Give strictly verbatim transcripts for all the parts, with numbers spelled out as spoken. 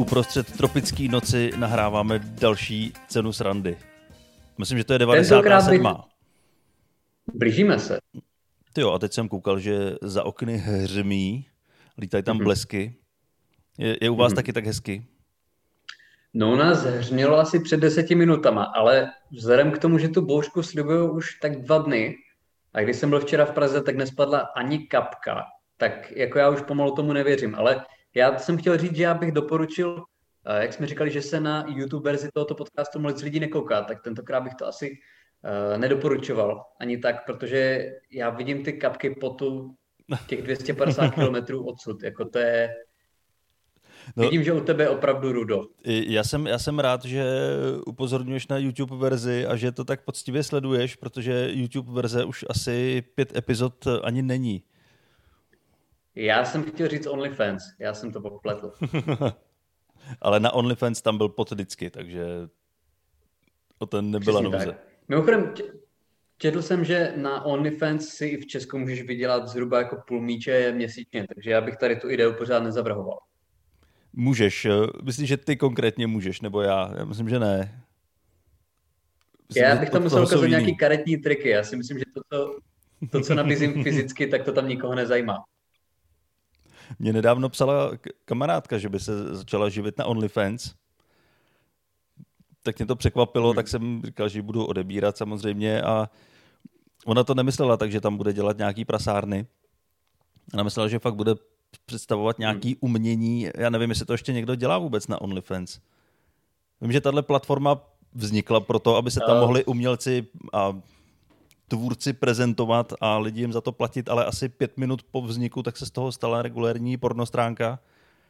Uprostřed tropické noci nahráváme další cenu srandy. Myslím, že to je devadesátá sedmá Blížíme se. Ty jo, a teď jsem koukal, že za okny hřmí, lítají tam mm-hmm. blesky. Je, je u vás mm-hmm. taky tak hezky? No u nás hřmělo asi před deseti minutama, ale vzhledem k tomu, že tu bouřku slibuju už tak dva dny, a když jsem byl včera v Praze, tak nespadla ani kapka, tak jako já už pomalu tomu nevěřím, ale já jsem chtěl říct, že já bych doporučil, jak jsme říkali, že se na YouTube verzi tohoto podcastu moc lidí nekouká, tak tentokrát bych to asi uh, nedoporučoval ani tak, protože já vidím ty kapky potu těch dvě stě padesát kilometrů odsud, jako to je... No, vidím, že u tebe je opravdu rudo. Já jsem, já jsem rád, že upozorňuješ na YouTube verzi a že to tak poctivě sleduješ, protože YouTube verze už asi pět epizod ani není. Já jsem chtěl říct OnlyFans, já jsem to popletl. Ale na OnlyFans tam byl pot vždycky, takže o ten nebyla nouze. nouze. Mimochodem, četl jsem, že na OnlyFans si i v Česku můžeš vydělat zhruba jako půl míče měsíčně, takže já bych tady tu ideu pořád nezavrhoval. Můžeš. Myslíš, že ty konkrétně můžeš, nebo já? Já myslím, že ne. Myslím, já bych tam musel ukázat nějaký karetní triky. Já si myslím, že to, to, to, co nabízím fyzicky, tak to tam nikoho nezajímá. Mě nedávno psala kamarádka, že by se začala živit na OnlyFans. Tak mě to překvapilo, hmm. tak jsem říkal, že ji budu odebírat samozřejmě a ona to nemyslela, takže tam bude dělat nějaký prasárny. Ona myslela, že fakt bude představovat nějaký hmm. umění. Já nevím, jestli to ještě někdo dělá vůbec na OnlyFans. Vím, že tahle platforma vznikla proto, aby se tam mohli umělci a tvůrci prezentovat a lidi jim za to platit, ale asi pět minut po vzniku tak se z toho stala regulérní pornostránka.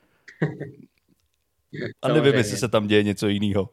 A nevím, jestli se tam děje něco jiného.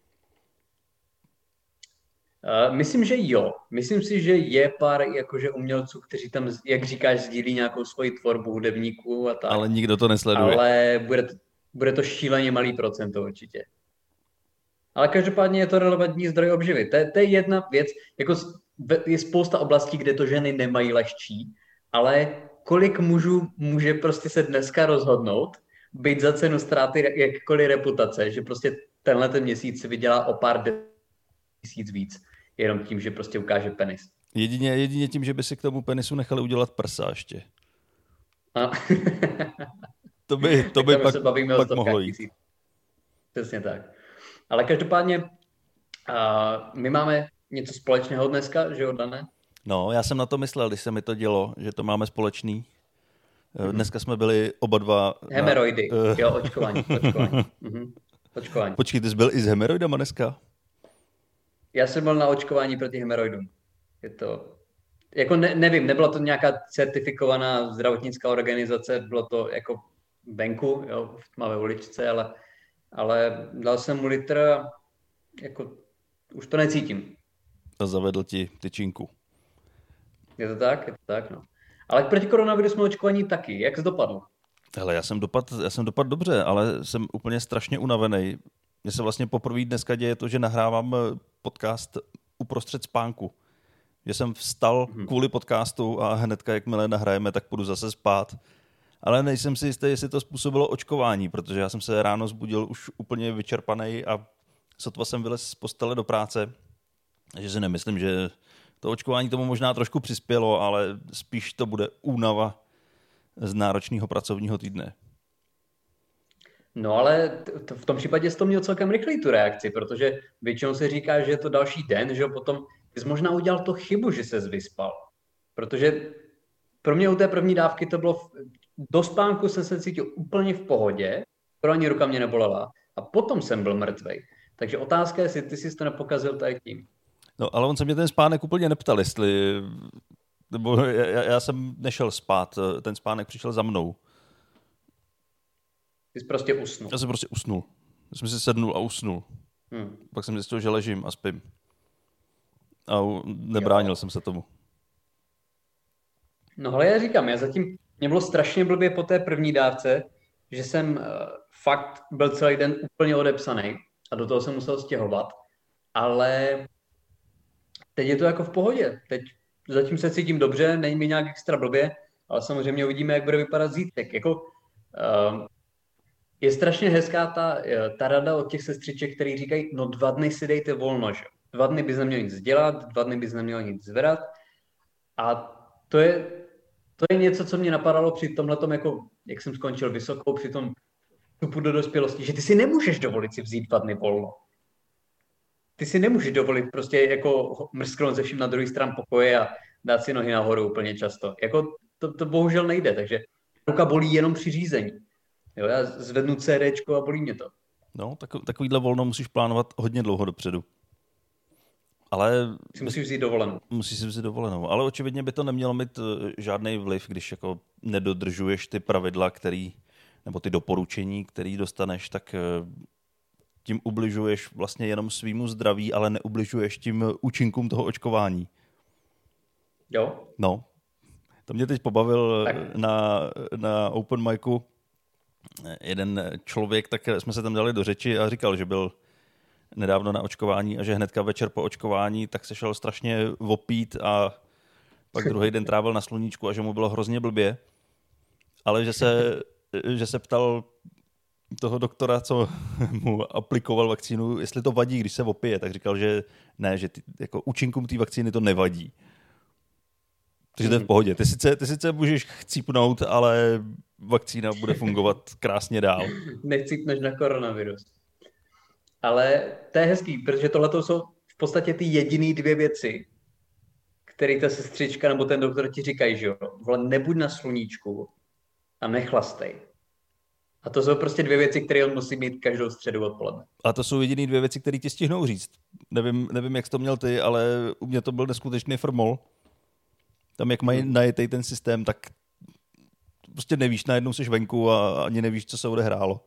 Uh, myslím, že jo. Myslím si, že je pár jakože umělců, kteří tam, jak říkáš, sdílí nějakou svoji tvorbu hudebníků a tak. Ale nikdo to nesleduje. Ale bude to, bude to šíleně malý procento určitě. Ale každopádně je to relevantní zdroj obživy. To je, to je jedna věc. Jako je spousta oblastí, kde to ženy nemají lehčí, ale kolik mužů může prostě se dneska rozhodnout být za cenu ztráty jakkoliv reputace, že prostě tenhle ten měsíc si vydělá o pár tisíc víc, jenom tím, že prostě ukáže penis. Jedině, jedině tím, že by si k tomu penisu nechali udělat prsa ještě. A... to by, to by pak, pak mohlo jít. Tisíc. Přesně tak. Ale každopádně uh, my máme něco společného dneska, že jo, Dané? No, já jsem na to myslel, když se mi to dělo, že to máme společný. Mm-hmm. Dneska jsme byli oba dva... Hemeroidy, na, uh... jo, očkování, očkování. Mm-hmm. očkování. Počkej, ty jsi byl i s hemeroidama dneska? Já jsem byl na očkování proti hemeroidům. Je to... Jako ne, nevím, nebyla to nějaká certifikovaná zdravotnická organizace, bylo to jako venku, jo, v tmavé uličce, ale, ale dal jsem mu litr a jako už to necítím. A zavedl ti tyčinku. Je to tak? Je to tak, no. Ale proti koronaviru jsme očkovaní taky. Jak jsi dopadl? Hele, já jsem dopadl, já jsem dopadl dobře, ale jsem úplně strašně unavený. Mně se vlastně poprvé dneska děje to, že nahrávám podcast uprostřed spánku. Že jsem vstal hmm. kvůli podcastu a hnedka, jakmile nahrajeme, tak půjdu zase spát. Ale nejsem si jistý, jestli to způsobilo očkování, protože já jsem se ráno zbudil už úplně vyčerpaný a sotva jsem vylez z postele do práce. Takže si nemyslím, že to očkování tomu možná trošku přispělo, ale spíš to bude únava z náročného pracovního týdne. No ale t- v tom případě jsi to měl celkem rychlý tu reakci, protože většinou se říká, že je to další den, že potom jsi možná udělal to chybu, že ses vyspal. Protože pro mě u té první dávky to bylo, v, do spánku jsem se cítil úplně v pohodě, skoro ani ruka mě nebolela a potom jsem byl mrtvej. Takže otázka je, jestli ty jsi to nepokazil tak tím. No ale on se mě ten spánek úplně neptal, jestli, nebo já, já jsem nešel spát, ten spánek přišel za mnou. Ty jsi prostě usnul. Já jsem prostě usnul. Já jsem si sednul a usnul. Hmm. Pak jsem zjistil, že ležím a spím. A nebránil jo. jsem se tomu. No ale já říkám, já zatím, mě bylo strašně blbě po té první dávce, že jsem uh, fakt byl celý den úplně odepsaný a do toho jsem musel stěhovat. Ale teď je to jako v pohodě. Teď zatím se cítím dobře, není mi nějak extra blbě, ale samozřejmě uvidíme, jak bude vypadat zítřek. Jako, uh, je strašně hezká ta, ta rada od těch sestřiček, který říkají, no dva dny si dejte volno, že? Dva dny bys neměl nic dělat, dva dny bys neměl nic zvedat. A to je, to je něco, co mě napadalo při tomhletom, jako, jak jsem skončil vysokou, při tom vstupu do dospělosti, že ty si nemůžeš dovolit si vzít dva dny volno. Ty si nemůžeš dovolit prostě jako mrsknout ze vším na druhý stran pokoje a dát si nohy nahoru úplně často. Jako to, to bohužel nejde, takže ruka bolí jenom při řízení. Jo, já zvednu CDčko a bolí mě to. No, tak, takovýhle volno musíš plánovat hodně dlouho dopředu. Ale si musíš vzít dovolenou. Musíš si vzít dovolenou. Ale očividně by to nemělo mít žádný vliv, když jako nedodržuješ ty pravidla, který, nebo ty doporučení, který dostaneš, tak tím ubližuješ vlastně jenom svýmu zdraví, ale neubližuješ tím účinkům toho očkování. Jo. No. To mě teď pobavil na, na open micu jeden člověk, tak jsme se tam dali do řeči a říkal, že byl nedávno na očkování a že hnedka večer po očkování tak se šel strašně opít a pak druhý den trávil na sluníčku a že mu bylo hrozně blbě, ale že se, že se ptal toho doktora, co mu aplikoval vakcínu, jestli to vadí, když se opije, tak říkal, že ne, že ty, jako účinkům té vakcíny to nevadí. Takže to je v pohodě. Ty sice, ty sice můžeš chcípnout, ale vakcína bude fungovat krásně dál. Nechcípneš na koronavirus. Ale to je hezký, protože tohle jsou v podstatě ty jediný dvě věci, které ta sestřička nebo ten doktor ti říkají, že jo. Vole, nebuď na sluníčku a nechlastej. A to jsou prostě dvě věci, které on musí mít každou středu odpoledne. A to jsou jediný dvě věci, které ti stihnou říct. Nevím, nevím, jak jsi to měl ty, ale u mě to byl neskutečný formol. Tam, jak mají najetej ten systém, tak prostě nevíš, najednou jsi venku a ani nevíš, co se odehrálo.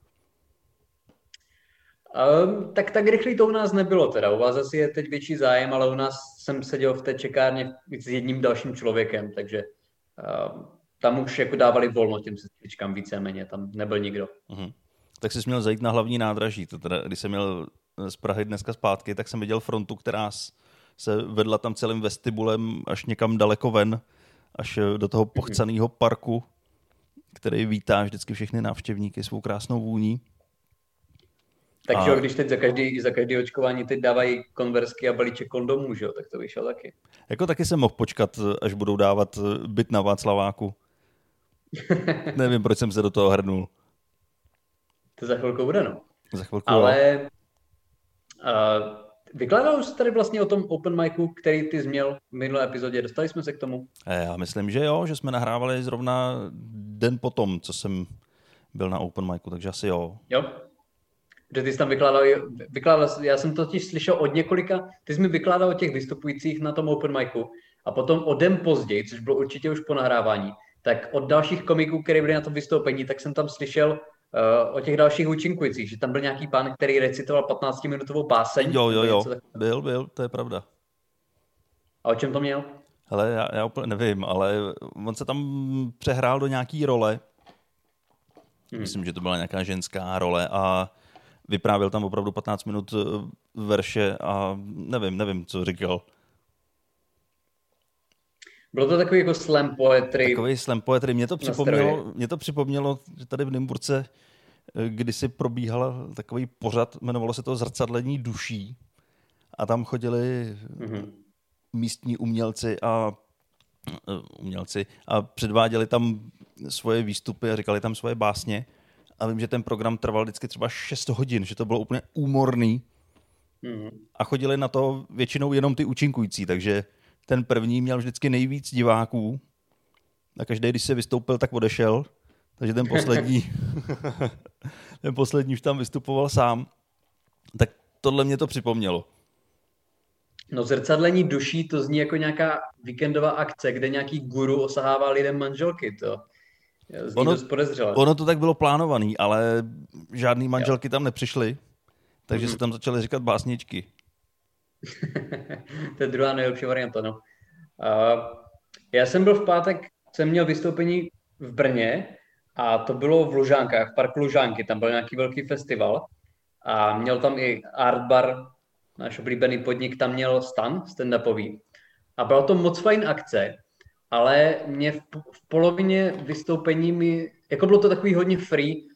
Um, tak tak rychlý to u nás nebylo teda. U vás asi je teď větší zájem, ale u nás jsem seděl v té čekárně s jedním dalším člověkem, takže um, tam už jako dávali volno těm sestřičkám víceméně, tam nebyl nikdo. Uh-huh. Tak jsi měl zajít na hlavní nádraží. To teda, když jsem měl z Prahy dneska zpátky, tak jsem viděl frontu, která se vedla tam celým vestibulem až někam daleko ven, až do toho pochcaného parku, který vítá vždycky všechny návštěvníky svou krásnou vůní. Takže a... když teď za každý, za každý očkování teď dávají konverzky a balíček kondomů, že jo, tak to vyšel taky. Jako taky jsem mohl počkat, až budou dávat byt na Václaváku. Nevím, proč jsem se do toho hrnul. To za chvilku bude, no. Za chvilku, ale uh, vykládal jsi tady vlastně o tom open micu, který ty jsi měl v minulé epizodě. Dostali jsme se k tomu? Já myslím, že jo, že jsme nahrávali zrovna den potom, co jsem byl na open micu, takže asi jo. Jo. Že ty jsi tam vykládal, vykládal, já jsem to totiž slyšel od několika, ty jsi mi vykládal o těch vystupujících na tom open micu a potom o den později, což bylo určitě už po nahrávání, tak od dalších komiků, kteří byli na tom vystoupení, tak jsem tam slyšel uh, o těch dalších účinkujících, že tam byl nějaký pán, který recitoval patnáctiminutovou báseň. Jo, jo, jo, byl, byl, to je pravda. A o čem to měl? Hele, já, já úplně nevím, ale on se tam přehrál do nějaký role. Hmm. Myslím, že to byla nějaká ženská role a vyprávěl tam opravdu patnáct minut verše a nevím, nevím, co říkal. Bylo to takový jako slam poetry. Takový slam poetry. Mě to připomnělo, mě to připomnělo, že tady v Nymburce kdysi probíhal takový pořad, jmenovalo se to Zrcadlení duší a tam chodili mm-hmm. místní umělci a umělci a předváděli tam svoje výstupy a říkali tam svoje básně. A vím, že ten program trval vždycky třeba šest hodin, že to bylo úplně úmorný. Mm. A chodili na to většinou jenom ty účinkující, takže ten první měl vždycky nejvíc diváků a každý, když se vystoupil, tak odešel. Takže ten poslední, ten poslední už tam vystupoval sám. Tak tohle mě to připomnělo. No Zrcadlení duší, to zní jako nějaká víkendová akce, kde nějaký guru osahává lidem manželky, to... Ono, ono to tak bylo plánovaný, ale žádný manželky jo. tam nepřišly, takže mm-hmm. se tam začaly říkat básničky. To je druhá nejlepší varianta, no. Uh, já jsem byl v pátek, jsem měl vystoupení v Brně a to bylo v Lužánkách, v parku Lužánky, tam byl nějaký velký festival a měl tam i Art Bar, náš oblíbený podnik, tam měl stan stand-upový. A byla to moc fajn akce, ale mě v, v polovině vystoupení mi, jako bylo to takový hodně free,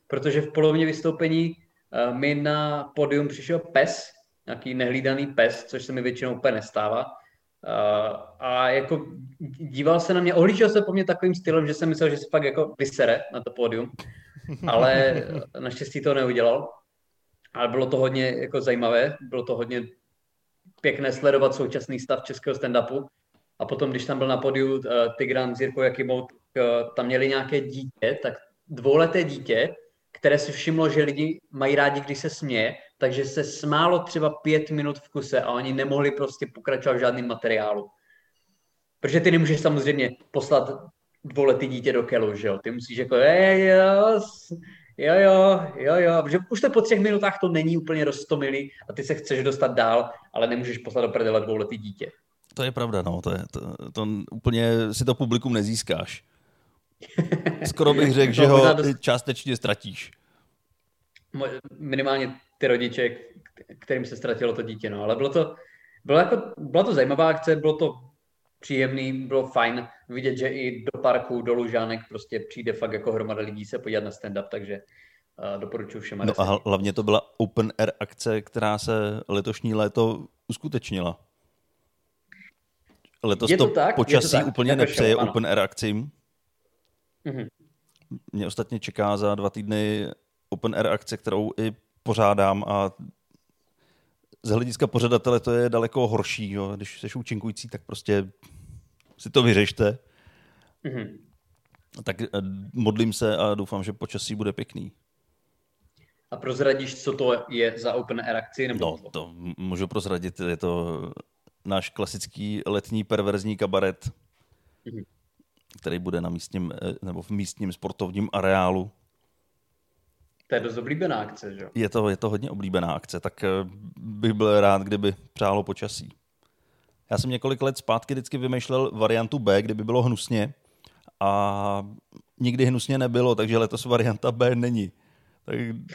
protože v polovině vystoupení uh, mi na pódium přišel pes, nějaký nehlídaný pes, což se mi většinou úplně nestává. Uh, a jako díval se na mě, ohlížel se po mně takovým stylem, že jsem myslel, že se fakt jako vysere na to pódium, ale naštěstí to neudělal. Ale bylo to hodně jako zajímavé, bylo to hodně pěkné sledovat současný stav českého stand-upu. A potom, když tam byl na pódiu uh, Tigran s Jirkou Jakimou, uh, tam měli nějaké dítě, tak dvouleté dítě, které si všimlo, že lidi mají rádi, když se směje, takže se smálo třeba pět minut v kuse a oni nemohli prostě pokračovat v žádném materiálu. Protože ty nemůžeš samozřejmě poslat dvouletý dítě do kelu, že jo? Ty musíš jako, ej, jo, jo, jo, jo, jo, protože už to po třech minutách to není úplně roztomilý a ty se chceš dostat dál, ale nemůžeš poslat do prdele dvouletý dítě. To je pravda, no, to, je, to, to úplně si to publikum nezískáš. Skoro bych řekl, že ho dost... částečně ztratíš. Minimálně ty rodiče, kterým se ztratilo to dítě, no, ale bylo to, bylo jako, byla to zajímavá akce, bylo to příjemný, bylo fajn vidět, že i do parku, do Lužánek prostě přijde fakt jako hromada lidí se podívat na stand-up, takže uh, doporučuji všem. No a hlavně to byla open air akce, která se letošní léto uskutečnila. Letos to, to tak, počasí to tak, úplně jako nepřeje show, open air akcím. Mm-hmm. Mě ostatně čeká za dva týdny open air akce, kterou i pořádám a z hlediska pořadatele to je daleko horší. Jo? Když jsi účinkující, tak prostě si to vyřešte. Mm-hmm. Tak modlím se a doufám, že počasí bude pěkný. A prozradíš, co to je za open air akci? Nebo no, to můžu prozradit. Je to náš klasický letní perverzní kabaret, mm-hmm. který bude na místním, nebo v místním sportovním areálu. To je dost oblíbená akce, že jo? Je to, je to hodně oblíbená akce, tak bych byl rád, kdyby přálo počasí. Já jsem několik let zpátky vždycky vymýšlel variantu B, kdyby bylo hnusně a nikdy hnusně nebylo, takže letos varianta B není. Tak,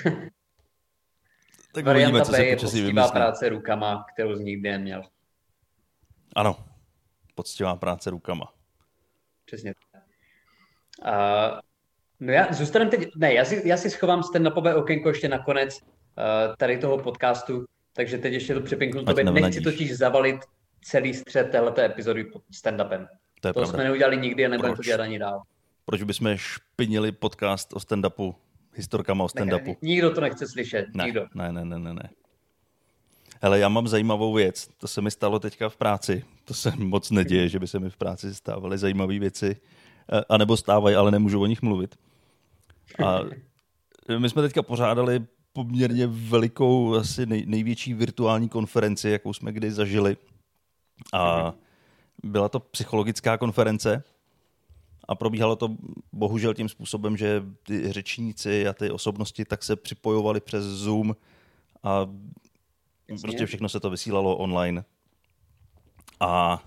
tak varianta uvidíme, co B se je poctivá práce rukama, kterou z nikdy neměl. Ano, poctivá práce rukama. Přesně. Uh, no já zůstanu teď, ne, já si, já si schovám stand-upové okénko ještě nakonec uh, tady toho podcastu, takže teď ještě to přepinknu tobě. Nechci totiž zavalit celý střed téhleté epizody stand-upem. To, je to jsme neudělali nikdy a nebudeme to dělat ani dál. Proč bychom špinili podcast o stand-upu, historkama o stand-upu? Ne, nikdo to nechce slyšet, ne, nikdo. Ne, ne, ne, ne, ne. Hele, já mám zajímavou věc, to se mi stalo teďka v práci, to se moc neděje, že by se mi v práci stávaly zajímavé věci, anebo stávají, ale nemůžu o nich mluvit. A my jsme teďka pořádali poměrně velikou, asi nej, největší virtuální konferenci, jakou jsme kdy zažili. A byla to psychologická konference a probíhalo to bohužel tím způsobem, že ty řečníci a ty osobnosti tak se připojovali přes Zoom a prostě všechno se to vysílalo online. A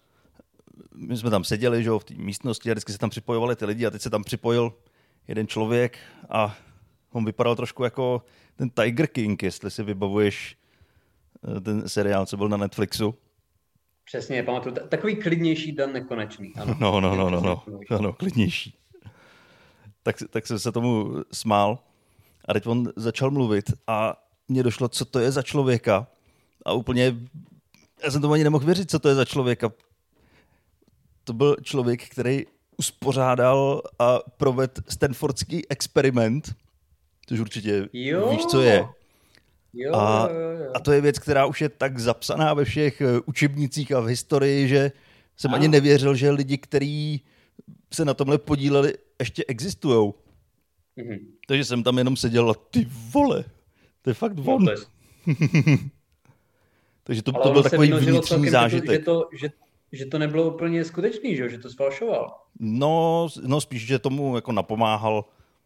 my jsme tam seděli, že jo, v té místnosti a vždycky se tam připojovali ty lidi a teď se tam připojil jeden člověk a on vypadal trošku jako ten Tiger King, jestli si vybavuješ ten seriál, co byl na Netflixu. Přesně, pamatuju. Takový klidnější Dan Nekonečný. Ano. No, no, no, no, no, ano, klidnější. Tak, tak jsem se tomu smál a teď on začal mluvit a mně došlo, co to je za člověka a úplně, já jsem tomu ani nemohl věřit, co to je za člověka. To byl člověk, který uspořádal a provedl stanfordský experiment, což určitě jo. víš, co je. Jo, a, jo, jo. a to je věc, která už je tak zapsaná ve všech učebnicích a v historii, že jsem a. ani nevěřil, že lidi, kteří se na tomhle podíleli, ještě existujou. Mhm. Takže jsem tam jenom seděl a ty vole, to je fakt on. No, to je... Takže to, to byl takový vnitřní zážitek. Že to, že, že to nebylo úplně skutečný, že, že to sfalšoval. No, no spíš, že tomu jako napomáhal.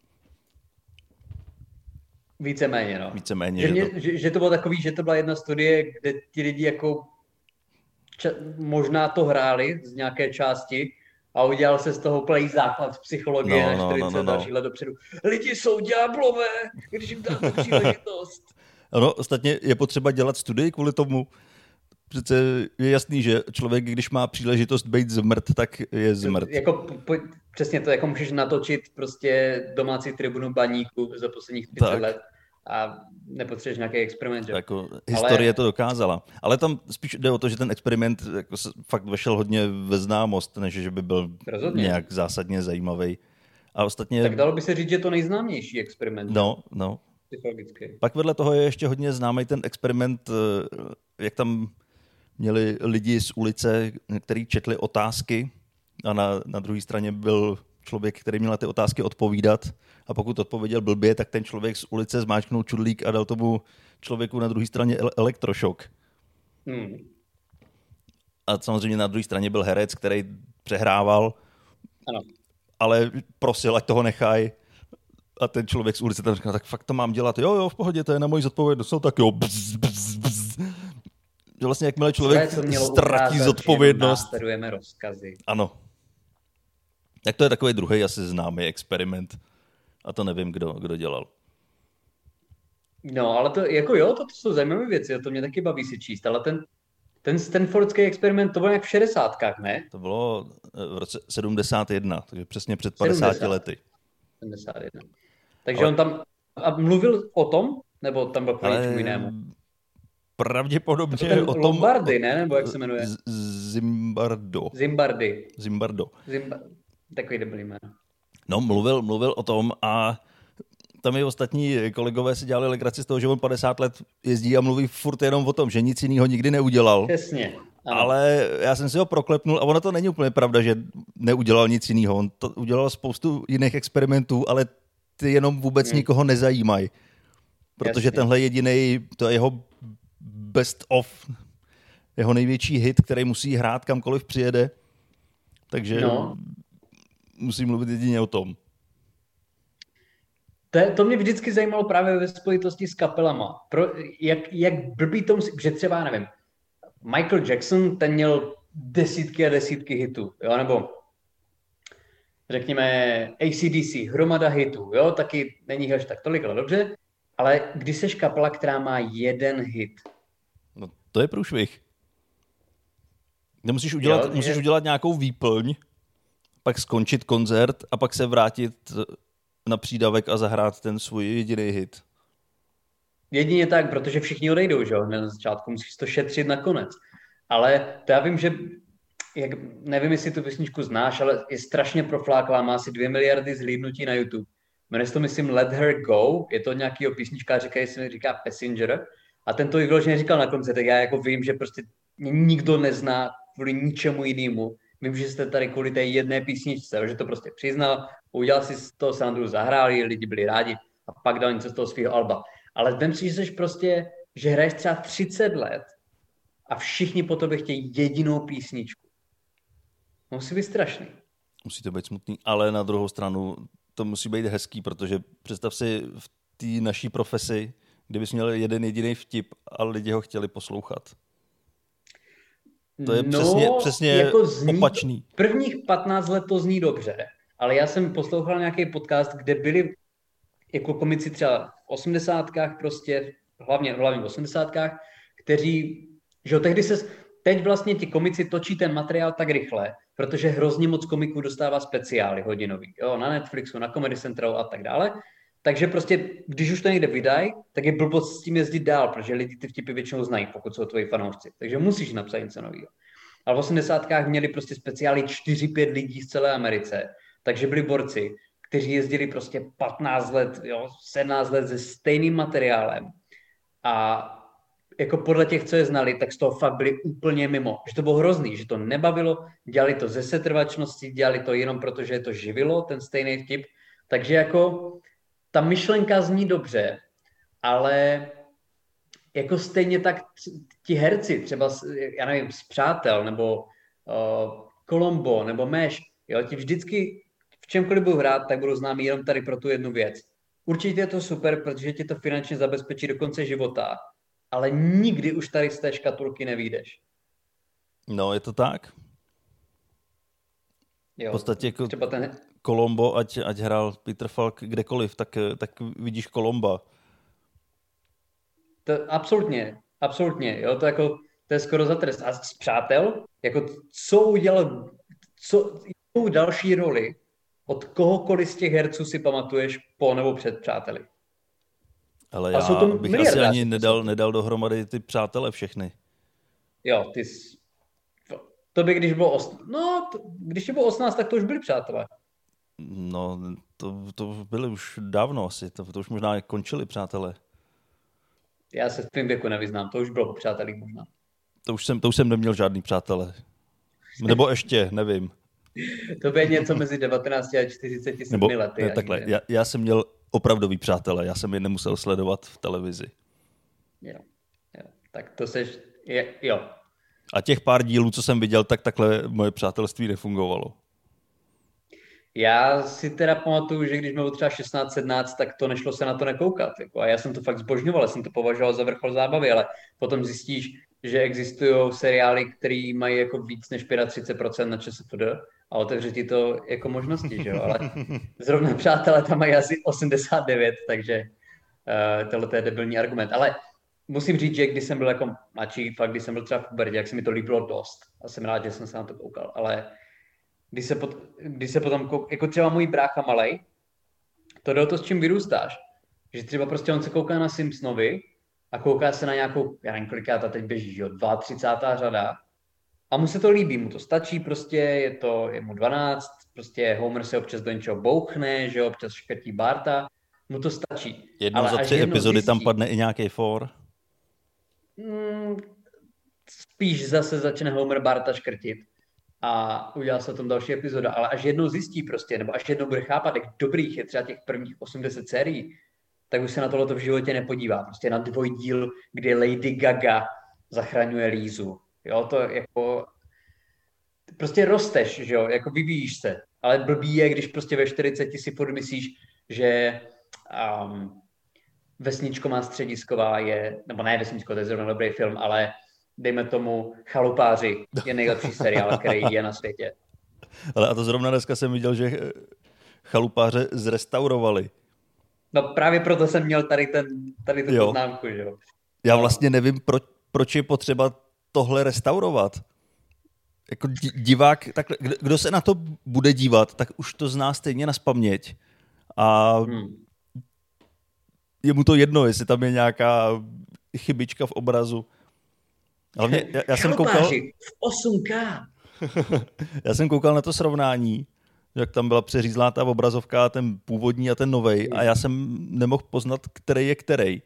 Víceméně, no. Víceméně. Že, že, mě, to... že, že to byla takový, že to byla jedna studie, kde ti lidi jako ča, možná to hráli z nějaké části a udělal se z toho úplný základ psychologie no, na čtyřicet no, no, no, dalších let dopředu. Lidi jsou ďáblové, když jim dá tu příležitost. Ano, ostatně je potřeba dělat studii kvůli tomu. přece je jasný, že člověk, když má příležitost být zmrt, tak je zmrt. Jako, po, přesně to, jako můžeš natočit prostě domácí tribunu Baníku za posledních třicet tak. let a nepotřebuješ nějaký experiment. Jako, historie Ale... to dokázala. Ale tam spíš jde o to, že ten experiment jako fakt vešel hodně ve známost, než že by byl Rozhodně. nějak zásadně zajímavý. A ostatně... Tak dalo by se říct, že to nejznámější experiment. No, no. Pak vedle toho je ještě hodně známý ten experiment, jak tam měli lidi z ulice, kteří četli otázky a na, na druhé straně byl člověk, který měl na ty otázky odpovídat a pokud odpověděl blbě, tak ten člověk z ulice zmáčknul čudlík a dal tomu člověku na druhé straně elektrošok. Hmm. A samozřejmě na druhé straně byl herec, který přehrával, ano. ale prosil, ať toho nechají. A ten člověk z ulice tam říkal, tak fakt to mám dělat. Jo, jo, v pohodě, to je na moji zodpovědnost. No, tak jo, bzz, bzz, bzz. Že vlastně jakmile člověk ztratí zodpovědnost. Následujeme rozkazy. Ano. Tak to je takový druhý asi známý experiment. A to nevím, kdo, kdo dělal. No, ale to, jako jo, to, to jsou zajímavé věci, to mě taky baví si číst, ale ten, ten Stanfordský experiment, to bylo jak v šedesátkách, ne? To bylo v roce sedmdesát jedna, takže přesně před padesáti lety. sedmdesát jedna. Takže ale... on tam a mluvil o tom, nebo tam byl kvůli ale... něčemu jinému? Pravděpodobně to o tom... Lombardy, ne? Nebo jak se jmenuje? Z- Zimbardo. Zimbardy. Zimbardo. Zimba... Takový dobrý jméno. No, mluvil, mluvil o tom a tam i ostatní kolegové si dělali legraci z toho, že on padesát let jezdí a mluví furt jenom o tom, že nic jiného nikdy neudělal. Přesně. Ano. Ale já jsem si ho proklepnul a ono to není úplně pravda, že neudělal nic jiného. On to udělal spoustu jiných experimentů, ale ty jenom vůbec hmm. nikoho nezajímají. Protože Jasně. tenhle jedinej, to je jeho best of, jeho největší hit, který musí hrát kamkoliv přijede. Takže no. musím mluvit jedině o tom. To, to mě vždycky zajímalo právě ve spojitosti s kapelama. Pro, jak, jak blbý to musí, že třeba, nevím, Michael Jackson, ten měl desítky a desítky hitů, jo, nebo řekněme A C D C, hromada hitů, jo, taky není až tak tolik, ale dobře, ale když seš kapela, která má jeden hit. No to je průšvih. Musíš udělat, jo, musíš je... udělat nějakou výplň, pak skončit koncert a pak se vrátit na přídavek a zahrát ten svůj jediný hit. Jedině tak, protože všichni odejdou, že jo, na začátku musíš to šetřit nakonec. Ale to já vím, že, jak, nevím, jestli tu písničku znáš, ale je strašně profláklá, má asi dvě miliardy zhlídnutí na YouTube. Jmenuje se to, myslím, Let Her Go, je to nějakýho písničkáře, který se říká Passenger, a ten to i vyloženě říkal na konci, tak já jako vím, že prostě nikdo nezná kvůli ničemu jinému. Vím, že jste tady kvůli té jedné písničce, že to prostě přiznal, udělal si z toho srandu, zahráli, lidi byli rádi a pak dal něco z toho svého alba. Ale vem si, že jsi prostě, že hraješ třeba třicet let a všichni po tobě chtějí jedinou písničku. Musí být strašný. Musí to být smutný, ale na druhou stranu to musí být hezký, protože představ si v té naší profesi, kdybys měl jeden jediný vtip a lidi ho chtěli poslouchat. To je no, přesně, přesně jako zní, opačný. Prvních patnáct let to zní dobře, ale já jsem poslouchal nějaký podcast, kde byli jako komici třeba v osmdesátkách prostě, hlavně, hlavně v osmdesátkách, kteří, že tehdy se, teď vlastně ti komici točí ten materiál tak rychle, protože hrozně moc komiků dostává speciály hodinový, jo, na Netflixu, na Comedy Centralu a tak dále. Takže prostě, když už to někde vydají, tak je blbost s tím jezdit dál, protože lidi ty vtipy většinou znají, pokud jsou tvoji fanoušci. Takže musíš napsat něco nového. Ale v osmdesátkách měli prostě speciály čtyři pět lidí z celé Americe, takže byli borci, kteří jezdili prostě patnáct let, jo, sedmnáct let se stejným materiálem. A jako podle těch, co je znali, tak z toho fakt byli úplně mimo. Že to bylo hrozný, že to nebavilo, dělali to ze setrvačnosti, dělali to jenom proto, že je to živilo, ten stejný vtip. Takže jako ta myšlenka zní dobře, ale jako stejně tak ti herci, třeba, já nevím, z Přátel, nebo uh, Colombo, nebo Meš, jo, ti vždycky v čemkoliv budou hrát, tak budou známí jenom tady pro tu jednu věc. Určitě je to super, protože ti to finančně zabezpečí do konce života, ale nikdy už tady z té škatulky nevyjdeš. No, je to tak. Jo, v podstatě jako třeba ten... Colombo, ať, ať hrál Peter Falk kdekoliv, tak, tak vidíš Colomba. To absolutně, absolutně, jo, to jako To je skoro za trest. A z Přátel, jako co udělal, co, jakou další roli od kohokoliv z těch herců si pamatuješ po nebo před Přáteli? Ale A já jsou to bych asi miliardáři, ani nedal, nedal dohromady ty Přátele všechny. Jo, ty jsi... To by, když bylo, os... no, to, když ti bylo osmnáct, tak to už byli Přátelé. No, to, to byly už dávno asi, to, to už možná končili Přátelé. Já se v tvým věku nevyznám, to už bylo po Přátelích možná. To už jsem, to už jsem neměl žádný Přátelé. Nebo ještě, nevím. To by je něco mezi devatenáct a čtyřicet sedm Nebo, lety. ne, takhle, já, já jsem měl opravdový Přátelé, já jsem je nemusel sledovat v televizi. Jo, jo. Tak to seš, je, jo. A těch pár dílů, co jsem viděl, tak takhle moje přátelství nefungovalo. Já si teda pamatuju, že když bylo třeba šestnáct sedmnáct, tak to nešlo se na to nekoukat. Jako. A já jsem to fakt zbožňoval, já jsem to považoval za vrchol zábavy, ale potom zjistíš, že existují seriály, které mají jako víc než třicet pět procent na ČSFD a otevře ti to jako možnosti, že jo? Ale zrovna Přátelé tam mají asi osmdesát devět, takže uh, tohle je debilní argument. Ale musím říct, že když jsem byl jako mladší, fakt když jsem byl třeba v pubertě, jak se mi to líbilo dost a jsem rád, že jsem se na to koukal, ale když se, pot, když se potom, kou, jako třeba můj brácha malej, to jde o to, s čím vyrůstáš. Že třeba prostě on se kouká na Simpsonovi a kouká se na nějakou, já nevím, kolikátá teď běží, že jo, třicátá druhá řada a mu se to líbí, mu to stačí prostě, je to, je mu dvanáct, prostě Homer se občas do něčeho bouchne, že jo, občas škrtí Barta, mu to stačí. Jednou Ale za tři epizody zjistí, tam padne i nějaký for? Mm, spíš zase začne Homer Barta škrtit a udělá se o tom další epizoda, ale až jednou zjistí prostě, nebo až jednou bude chápat, jak dobrých je třeba těch prvních osmdeset sérií, tak už se na tohleto v životě nepodívá. Prostě na dvojdíl, kdy Lady Gaga zachraňuje Lízu. Jo, to jako... Prostě rosteš, že jo, jako vyvíjíš se. Ale blbý je, když prostě ve čtyřiceti si podmyslíš, že um, Vesničko má středisková je, nebo ne Vesničko, to je zrovna dobrý film, ale dejme tomu Chalupáři je nejlepší seriál, který je na světě. Ale a to zrovna dneska jsem viděl, že Chalupáře zrestaurovali. No právě proto jsem měl tady, ten, tady tu jo. poznámku, že jo. Já vlastně nevím, proč, proč je potřeba tohle restaurovat. Jako divák, takhle, kdo se na to bude dívat, tak už to zná stejně nazpaměť. A hmm. je mu to jedno, jestli tam je nějaká chybička v obrazu. Hlavně, já, já jsem koukal... v osm ká. Já jsem koukal na to srovnání, jak tam byla přeřízlá ta obrazovka, ten původní a ten novej, a já jsem nemohl poznat, který je který.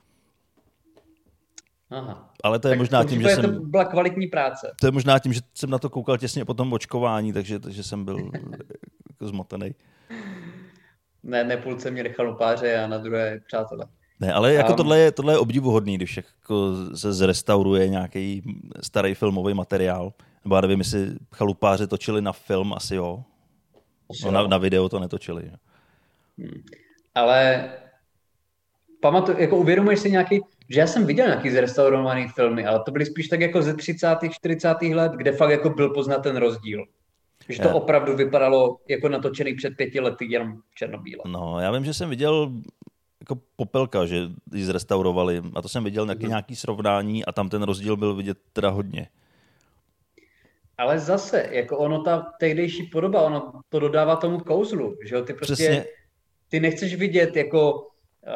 Aha. Ale to je tak možná tím, že to jsem... byla kvalitní práce. To je možná tím, že jsem na to koukal těsně po tom očkování, takže, takže jsem byl jako zmotený. Ne, ne půlce měli Chalupáře a na druhé Přátelé. Ne, ale jako um, tohle, je, tohle je obdivuhodný, když jako se zrestauruje nějaký starý filmový materiál. Nebo já nevím, jestli Chalupáře točili na film, asi jo. No, na, na video to netočili. Hmm. Ale pamatuju, jako uvědomuješ si nějaký, že já jsem viděl nějaký zrestaurovaný filmy, ale to byly spíš tak jako ze třicátých čtyřicátých let, kde fakt jako byl poznat ten rozdíl. Že to já. opravdu vypadalo jako natočený před pěti lety, jenom černobíle. No, já vím, že jsem viděl jako Popelka, že ji zrestaurovali a to jsem viděl nějaký, hmm. nějaký srovnání a tam ten rozdíl byl vidět teda hodně. Ale zase, jako ono, ta tehdejší podoba, ono to dodává tomu kouzlu, že jo, ty prostě, Přesně. ty nechceš vidět jako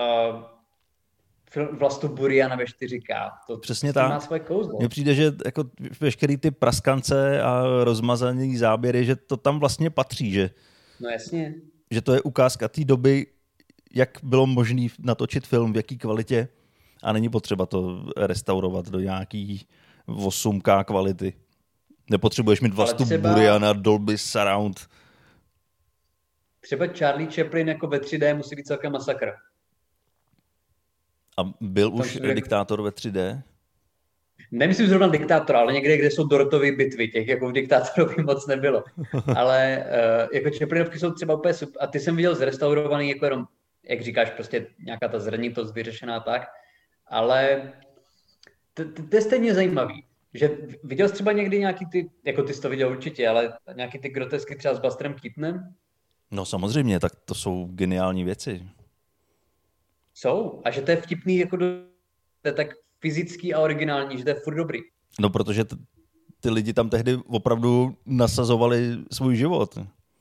uh, Vlastu Buriana ve čtyři ká, to Přesně tak. má svoje kouzlo. Mně přijde, že jako veškerý ty praskance a rozmazaný záběry, že to tam vlastně patří, že, no jasně. že to je ukázka té doby, jak bylo možné natočit film, v jaký kvalitě a není potřeba to restaurovat do nějaký osm ká kvality. Nepotřebuješ mít Vlastu třeba... Buriana, Dolby Surround. Třeba Charlie Chaplin jako ve tři dé musí být celkem masakr. A byl už jak... Diktátor ve tři dé? Nemyslím zrovna Diktátor, ale někde, kde jsou Dorotové bitvy, těch jako v Diktátorovi moc nebylo. Ale uh, jako Chaplinovky jsou třeba úplně super. A ty jsem viděl zrestaurovaný, jako jenom, jak říkáš, prostě nějaká ta zrnitost vyřešená tak. Ale to je stejně zajímavý. Že viděl jsi třeba někdy nějaký ty, jako ty jsi to viděl určitě, ale nějaký ty grotesky třeba s Busterem Keatonem? No samozřejmě, tak to jsou geniální věci. Jsou. A že to je vtipný, jako do, to je tak fyzický a originální, že to je furt dobrý. No, protože t- ty lidi tam tehdy opravdu nasazovali svůj život.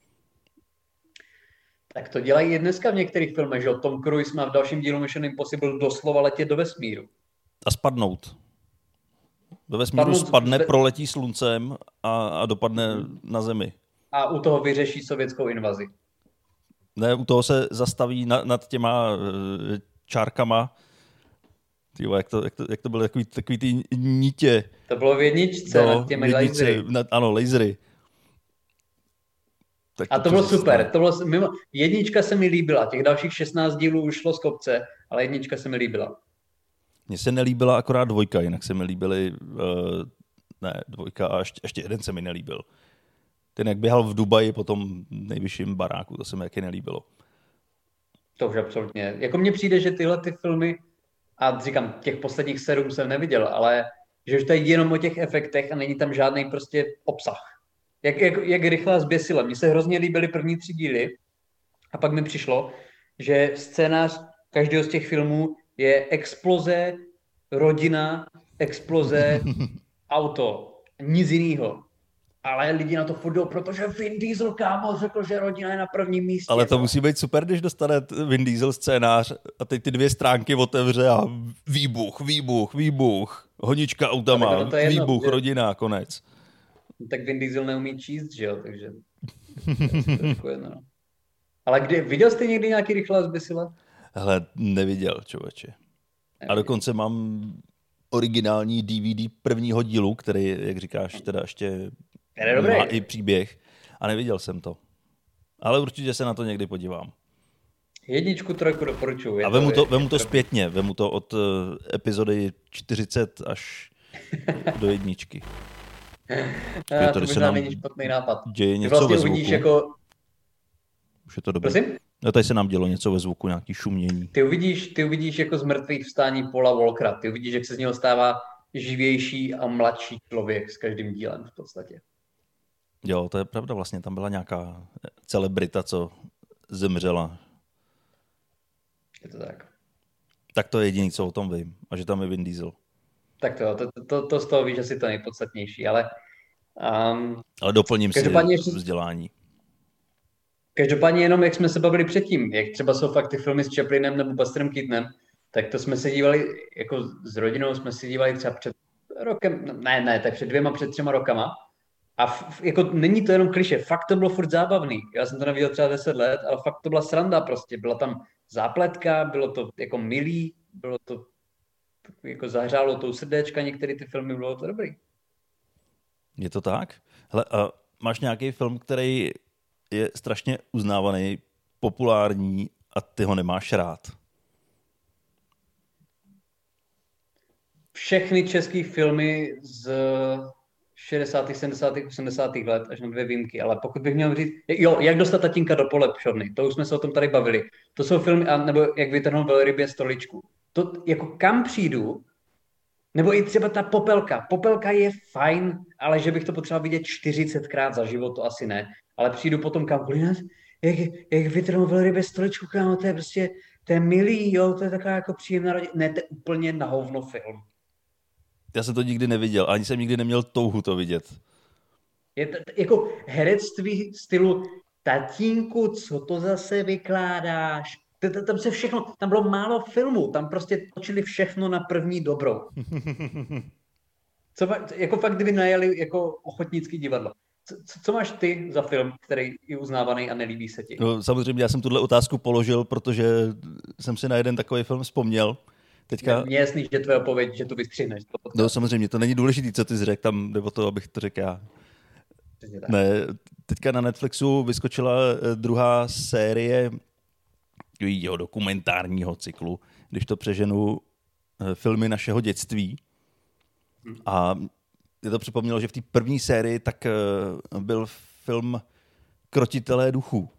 Tak to dělají i dneska v některých filmech, že jo? Tom Cruise má v dalším dílu Mission Impossible doslova letět do vesmíru. A spadnout. Do vesmíru Spadnout- spadne, zve- proletí sluncem a, a dopadne na zemi. A u toho vyřeší sovětskou invazi. Ne, u toho se zastaví nad, nad těma eh, čárkama. Tyjo, jak to, jak to, jak to bylo, takový, takový ty nítě. To bylo v jedničce, No, nad těmi jednice, lasery. nad, ano, lasery. Tak A to bylo přesně super. stane. To bylo, mimo, jednička se mi líbila. Těch dalších šestnáct dílů už šlo z kopce, ale jednička se mi líbila. Mně se nelíbila akorát dvojka, jinak se mi líbily, uh, ne, dvojka a ještě, ještě jeden se mi nelíbil. Ten, jak běhal v Dubaji po tom nejvyšším baráku, to se mi taky nelíbilo. To už absolutně. Jako mně přijde, že tyhle ty filmy, a říkám, těch posledních sedm jsem neviděl, ale že už to je jenom o těch efektech a není tam žádný prostě obsah. Jak, jak, jak rychle zběsila. Mně se hrozně líbily první tři díly a pak mi přišlo, že scénář každého z těch filmů je exploze, rodina, exploze, auto. Nic jiného. Ale lidi na to furt jdou, protože Vin Diesel, kámo, řekl, že rodina je na prvním místě. Ale to musí být super, když dostane t- Vin Diesel scénář a teď ty dvě stránky otevře a výbuch, výbuch, výbuch, honička autama, Ale ono to je jedno, výbuch, že- rodina, konec. Tak Vin Diesel neumí číst, že jo, takže to je trošku jedno, no. Ale kdy, viděl jste někdy nějaký rychlá zbysila? Hele, neviděl, člověče. A dokonce mám originální D V D prvního dílu, který, jak říkáš, teda ještě Je dobrý. má i příběh. A neviděl jsem to. Ale určitě se na to někdy podívám. Jedničku, trojku doporučuji. A vemu to, vemu to zpětně. Vemu to od uh, epizody čtyřicet až do jedničky. A to tady se možná nám není špatný nápad. Děje Ty něco vlastně ve uvidíš zvuku. jako... Už je to dobré. Prosím? No, tady se nám dělo něco ve zvuku, nějaký šumění. Ty uvidíš, ty uvidíš jako z mrtvých vstání Paula Walkera. Ty uvidíš, jak se z něho stává živější a mladší člověk s každým dílem v podstatě. Jo, to je pravda, vlastně tam byla nějaká celebrita, co zemřela. Je to tak. Tak to je jediný, co o tom vím. A že tam je Vin Diesel. Tak to, jo, to, to, to z toho víš asi to nejpodstatnější, ale um, Ale doplním si Každopádně ještě- vzdělání. každopádně jenom, jak jsme se bavili předtím, jak třeba jsou fakt ty filmy s Chaplinem nebo Busterem Keatonem, tak to jsme se dívali, jako s rodinou jsme se dívali třeba před rokem, ne, ne, tak před dvěma, před třema rokama. A f, f- jako není to jenom kliše, fakt to bylo furt zábavný. Já jsem to neviděl třeba deset let, ale fakt to byla sranda prostě. Byla tam zápletka, bylo to jako milý, bylo to jako zahřálo tou srdéčka, některé ty filmy, bylo to dobrý. Je to tak? Hele, a máš nějaký film, který je strašně uznávaný, populární a ty ho nemáš rád? Všechny české filmy z šedesátých, sedmdesátých, osmdesátých let, až na dvě výjimky, ale pokud bych měl říct, jo, jak dostat tatínka do polepšovny, to už jsme se o tom tady bavili. To jsou filmy, a, nebo jak vytrhnout velrybě stoličku. To, jako kam přijdu, nebo i třeba ta Popelka. Popelka je fajn, ale že bych to potřeboval vidět čtyřicetkrát za život, to asi ne. Ale přijdu potom kam, jak, jak vytrhnout velrybě stoličku, kámo, to je prostě, to je milý, jo, to je taková jako příjemná rodina. Ne, to je úplně na hovno film. Já jsem to nikdy neviděl, ani jsem nikdy neměl touhu to vidět. Je to, jako herectví stylu tatínku, co to zase vykládáš? T- t- Tam se všechno, tam bylo málo filmů, tam prostě točili všechno na první dobrou. Co, fa- jako fakt, kdyby najeli jako ochotnický divadlo. Co, co- co máš ty za film, který je uznávaný a nelíbí se ti? No, samozřejmě já jsem tuhle otázku položil, protože jsem si na jeden takový film vzpomněl. Teďka... Mně je jasný, že tvoje odpověď, že to vystřihneš. To No samozřejmě, to není důležitý, co ty jsi řekl, tam jde o to, abych to řekl já. přesně tak. Ne, teďka na Netflixu vyskočila eh, druhá série jeho dokumentárního cyklu, když to přeženu, eh, filmy našeho dětství. A mě to připomnělo, že v té první sérii tak eh, byl film Krotitelé duchů.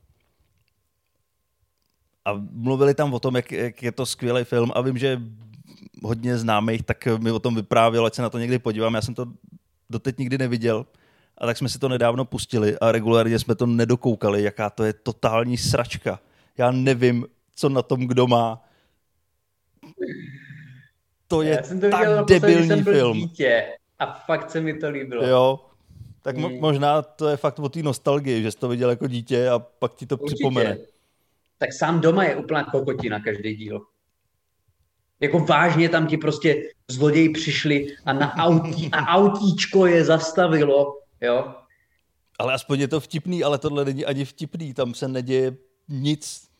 A mluvili tam o tom, jak, jak je to skvělý film a vím, že hodně známých, tak mi o tom vyprávěl, ať se na to někdy podívám. Já jsem to doteď nikdy neviděl a tak jsme si to nedávno pustili a regulárně jsme to nedokoukali, jaká to je totální sračka. Já nevím, co na tom kdo má. To je Já jsem to tak viděl naposledy, když debilní jsem byl film. dítě. A fakt se mi to líbilo. Jo, tak mo- možná to je fakt o té nostalgii, že jsi to viděl jako dítě a pak ti to Určitě. připomene. Tak sám doma je úplná kokotina každý díl. Jako vážně tam ti prostě zloději přišli a na autí, a autíčko je zastavilo, jo. Ale aspoň je to vtipný, ale tohle není ani vtipný, tam se neděje nic.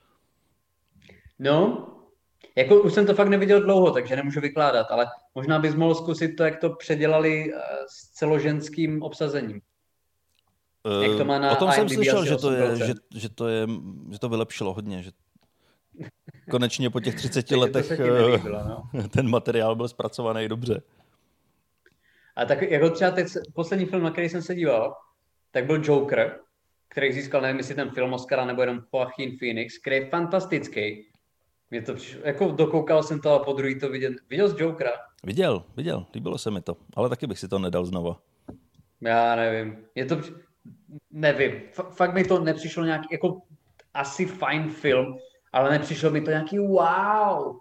No, jako už jsem to fakt neviděl dlouho, takže nemůžu vykládat, ale možná bys mohl zkusit to, jak to předělali s celoženským obsazením. Uh, Jak to má na o tom I M jsem D B slyšel, asi že to, je, že, osm procent. že, to je, že to vylepšilo hodně, že konečně po těch třiceti Takže to letech se ti nelíbilo, no. ten materiál byl zpracovaný dobře. A tak jako třeba teď poslední film, na který jsem se díval, tak byl Joker, který získal, nevím, jestli ten film Oscara nebo jenom Joaquin Phoenix, který je fantastický. Mě to přišlo, jako dokoukal jsem to a po druhý to viděl. Viděl jsi Jokera? Viděl, viděl, líbilo se mi to, ale taky bych si to nedal znova. Já nevím, je to, nevím, F- fakt mi to nepřišlo nějaký, jako asi fajn film, ale nepřišlo mi to nějaký wow.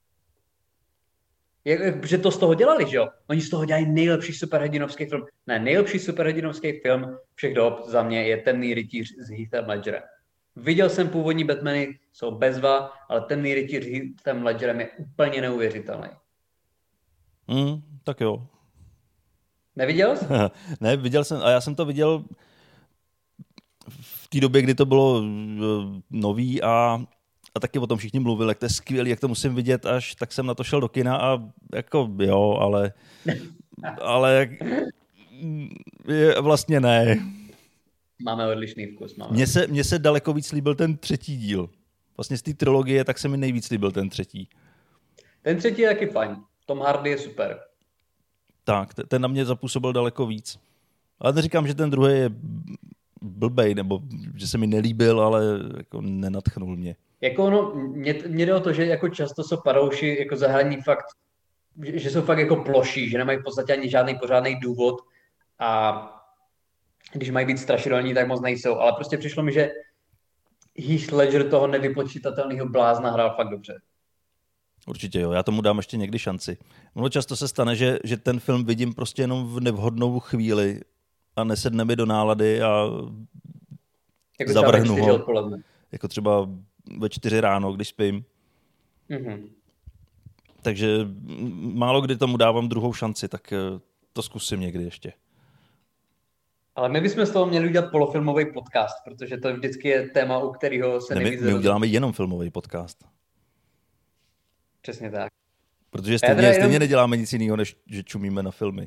Jak, že to z toho dělali, že jo? Oni z toho dělají nejlepší superhrdinovský film. Ne, nejlepší superhrdinovský film všech dob za mě je Temný rytíř s Heathem Ledgerem. Viděl jsem původní Batmany, jsou bezva, ale Temný rytíř s Heathem Ledgerem je úplně neuvěřitelný. Mm, tak jo. Neviděl jsi? Ne, viděl jsem, a já jsem to viděl v té době, kdy to bylo nový a, a taky o tom všichni mluvili, jak to je skvělý, jak to musím vidět až, tak jsem na to šel do kina a jako jo, ale ale je, vlastně ne. Máme odlišný vkus. Máme. Mně se, mně se daleko víc líbil ten třetí díl. Vlastně z té trilogie tak se mi nejvíc líbil ten třetí. Ten třetí je taky fajn. Tom Hardy je super. Tak, ten na mě zapůsobil daleko víc. Ale neříkám, že ten druhý je blbej, nebo že se mi nelíbil, ale jako nenadchnul mě. Jako ono, mě, mě jde o to, že jako často jsou padouši jako zahraní fakt, že, že jsou fakt jako ploší, že nemají v podstatě ani žádný pořádný důvod a když mají být strašidelní, tak moc nejsou. Ale prostě přišlo mi, že Heath Ledger toho nevypočítatelného blázna hrál fakt dobře. Určitě jo, já tomu dám ještě někdy šanci. Ono často se stane, že, že ten film vidím prostě jenom v nevhodnou chvíli a nesedne mi do nálady a jako zavrhnu ho. Odpoledne. Jako třeba ve čtyři ráno, když spím. Mm-hmm. Takže málo kdy tomu dávám druhou šanci, tak to zkusím někdy ještě. Ale my bychom z toho měli udělat polofilmový podcast, protože to vždycky je téma, u kterého se ne, nejvíc... My, my uděláme jenom filmový podcast. Přesně tak. Protože stejně, jenom... stejně neděláme nic jiného, než že čumíme na filmy.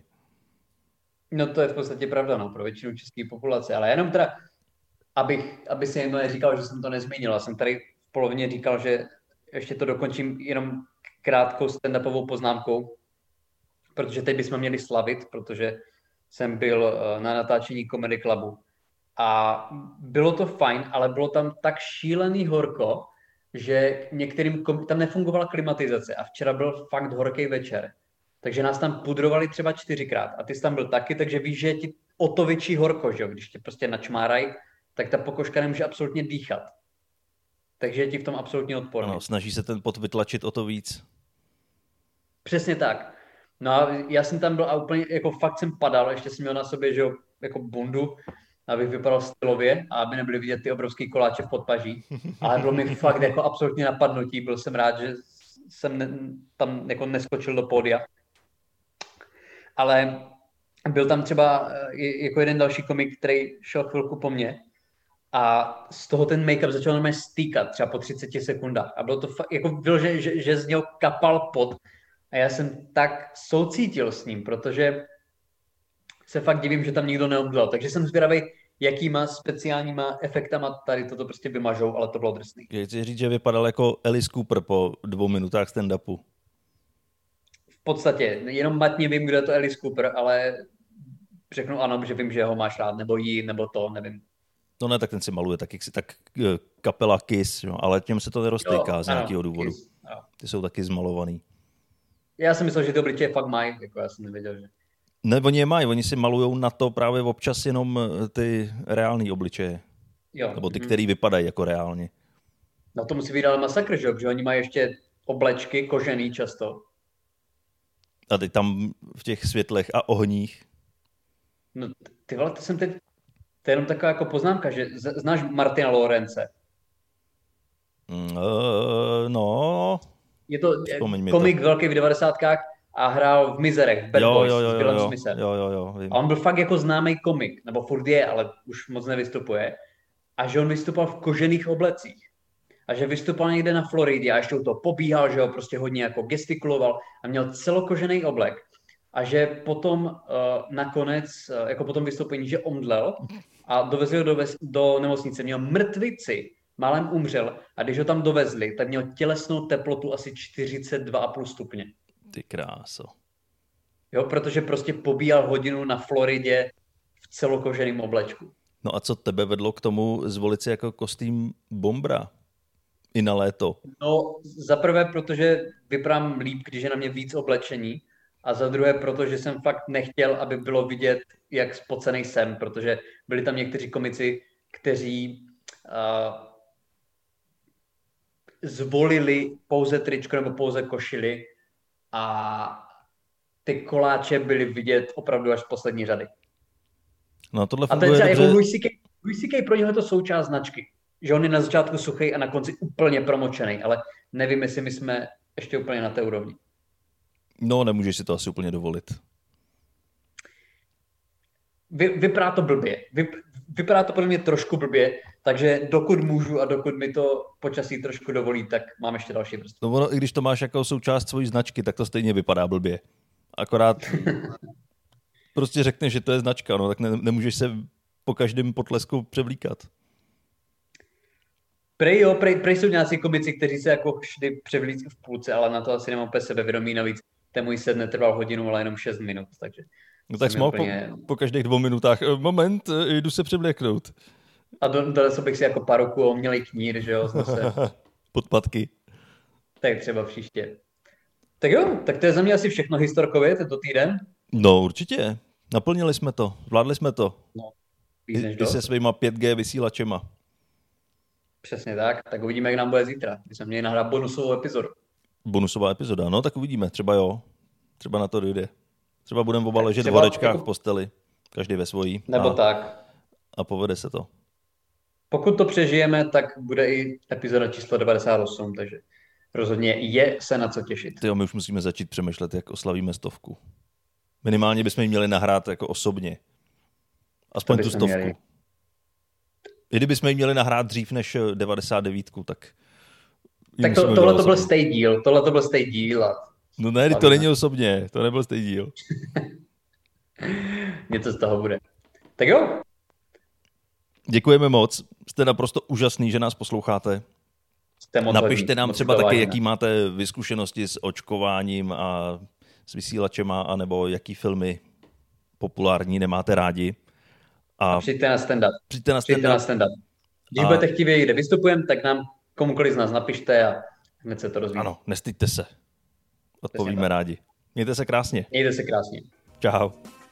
No to je v podstatě pravda, no, pro většinu české populace, ale jenom teda, abych, aby si někdo neříkal, že jsem to nezmínil. Já jsem tady v polovině říkal, že ještě to dokončím jenom krátkou stand-upovou poznámkou, protože teď bychom měli slavit, protože jsem byl na natáčení Comedy Clubu a bylo to fajn, ale bylo tam tak šílený horko, že některým, tam nefungovala klimatizace a včera byl fakt horký večer. Takže nás tam pudrovali třeba čtyřikrát a ty jsi tam byl taky, takže víš, že je ti o to větší horko, že jo? Když tě prostě načmárají, tak ta pokožka nemůže absolutně dýchat. Takže je ti v tom absolutně odporný. Ano, snaží se ten pot vytlačit o to víc. Přesně tak. No a já jsem tam byl a úplně, jako fakt jsem padal, ještě jsem měl na sobě, že jo, jako bundu, abych vypadal stylově a aby nebyly vidět ty obrovský koláče v podpaží. Ale bylo mi fakt jako absolutně napadnutí, byl jsem rád, že jsem ne, tam jako neskočil do pódia. Ale byl tam třeba jako jeden další komik, který šel chvilku po mně a z toho ten make-up začal normálně stýkat třeba po třiceti sekundách. A bylo to fakt, jako byl, že, že, že z něho kapal pot. A já jsem tak soucítil s ním, protože se fakt divím, že tam nikdo neomdlel. Takže jsem zvědavý, jakýma speciálníma efektama tady toto prostě vymažou, ale to bylo drsný. Chci říct, že vypadal jako Alice Cooper po dvou minutách stand-upu. V podstatě, jenom matně vím, kdo je to Alice Cooper, ale řeknu ano, že vím, že ho máš rád, nebo jí, nebo to, nevím. No ne, tak ten si maluje taky, tak kapela Kiss, jo, ale těm se to neroztýká jo, z nějakého důvodu. Kiss, ty jsou taky zmalovaný. Já jsem myslel, že to obličeje fakt mají, jako já jsem nevěděl, že... Ne, oni je mají, oni si malujou na to právě občas jenom ty reální obličeje. Jo. Nebo ty, který vypadají jako reálně. Na to musí být ale masakr, že jo, protože oni mají ještě oblečky kožený často. A teď tam v těch světlech a ohních. No ty vole, to jsem teď, to je jenom taková jako poznámka, že znáš Martina Lorence? Uh, no. Je to komik to. velký v devadesátkách a hrál v Mizerech, v Bad jo, Boys, jo, jo, s Billem jo, Smithem. Jo, jo, jo, vím. A on byl fakt jako známý komik, nebo furt je, ale už moc nevystupuje. A že on vystupoval v kožených oblecích. A že vystupoval někde na Floridě a ještě to pobíhal, že ho prostě hodně jako gestikuloval a měl celokožený oblek. A že potom uh, nakonec, uh, jako potom vystoupení, že omdlel a dovezli ho do, ves- do nemocnice. Měl mrtvici, málem umřel a když ho tam dovezli, tak měl tělesnou teplotu asi čtyřicet dva a půl stupně. Ty kráso. Jo, protože prostě pobíhal hodinu na Floridě v celokoženém oblečku. No a co tebe vedlo k tomu zvolit si jako kostým bombra i na léto? No, za prvé, protože vypadám líp, když je na mě víc oblečení. A za druhé, protože jsem fakt nechtěl, aby bylo vidět, jak spocený jsem, protože byli tam někteří komici, kteří uh, zvolili pouze tričko nebo pouze košili a ty koláče byly vidět opravdu až z poslední řady. No, tohle a to je třeba dobře... jako Louis C K. Louis C K pro něho je to součást značky. Že on je na začátku suchý a na konci úplně promočený, ale nevím, jestli my jsme ještě úplně na té úrovni. No, nemůžeš si to asi úplně dovolit. Vy, vypadá to blbě. Vy, vypadá to podle mě trošku blbě, takže dokud můžu a dokud mi to počasí trošku dovolí, tak mám ještě další vrstvu. No ono, i když to máš jako součást svojí značky, tak to stejně vypadá blbě. Akorát prostě řekneš, že to je značka, no, tak ne, nemůžeš se po každém potlesku převlíkat. Prej jo, prej, prej jsou nějací komici, kteří se jako šli převlíct v půlce, ale na to asi nemám úplně sebevědomí, navíc ten můj set netrval hodinu, ale jenom šest minut, takže... No tak jsme úplně... po, po každých dvou minutách, moment, jdu se převléknout. A donesl bych si jako paruku a umělej knír, že jo, zase. Podpatky. Tak třeba příště. Tak jo, tak to je za mě asi všechno historkově tento týden. No určitě, naplnili jsme to, zvládli jsme to. No, I, I se svýma pět G vysílačema. Přesně tak, tak uvidíme, jak nám bude zítra. My jsme měli nahrát bonusovou epizodu. Bonusová epizoda, no tak uvidíme, třeba jo, třeba na to dojde. Třeba budeme oba ležet v horečkách jako... v posteli, každý ve svojí. Nebo a, tak. A povede se to. Pokud to přežijeme, tak bude i epizoda číslo devadesát osm, takže rozhodně je se na co těšit. Tyjo, my už musíme začít přemýšlet, jak oslavíme stovku. Minimálně bychom ji měli nahrát jako osobně. Aspoň tu stovku. Měli. I kdybychom ji měli nahrát dřív než devadesát devět, tak... Tak to, tohle to byl stay díl, tohle to byl stay díl. A... No ne, to není osobně, to nebyl stay díl. Něco z toho bude. Tak jo. Děkujeme moc, jste naprosto úžasný, že nás posloucháte. Napište nám třeba taky, jaký máte vyzkušenosti s očkováním a s vysílačema, anebo jaký filmy populární nemáte rádi. A, a přijďte na stand-up. Přijďte na stand-up. Přijďte na stand-up. Když a... budete chtít vědět, kde vystupujeme, tak nám komukoliv z nás napište a hned se to rozvíjí. Ano, nestyďte se. Odpovíme rádi. Mějte se krásně. Mějte se krásně. Čau.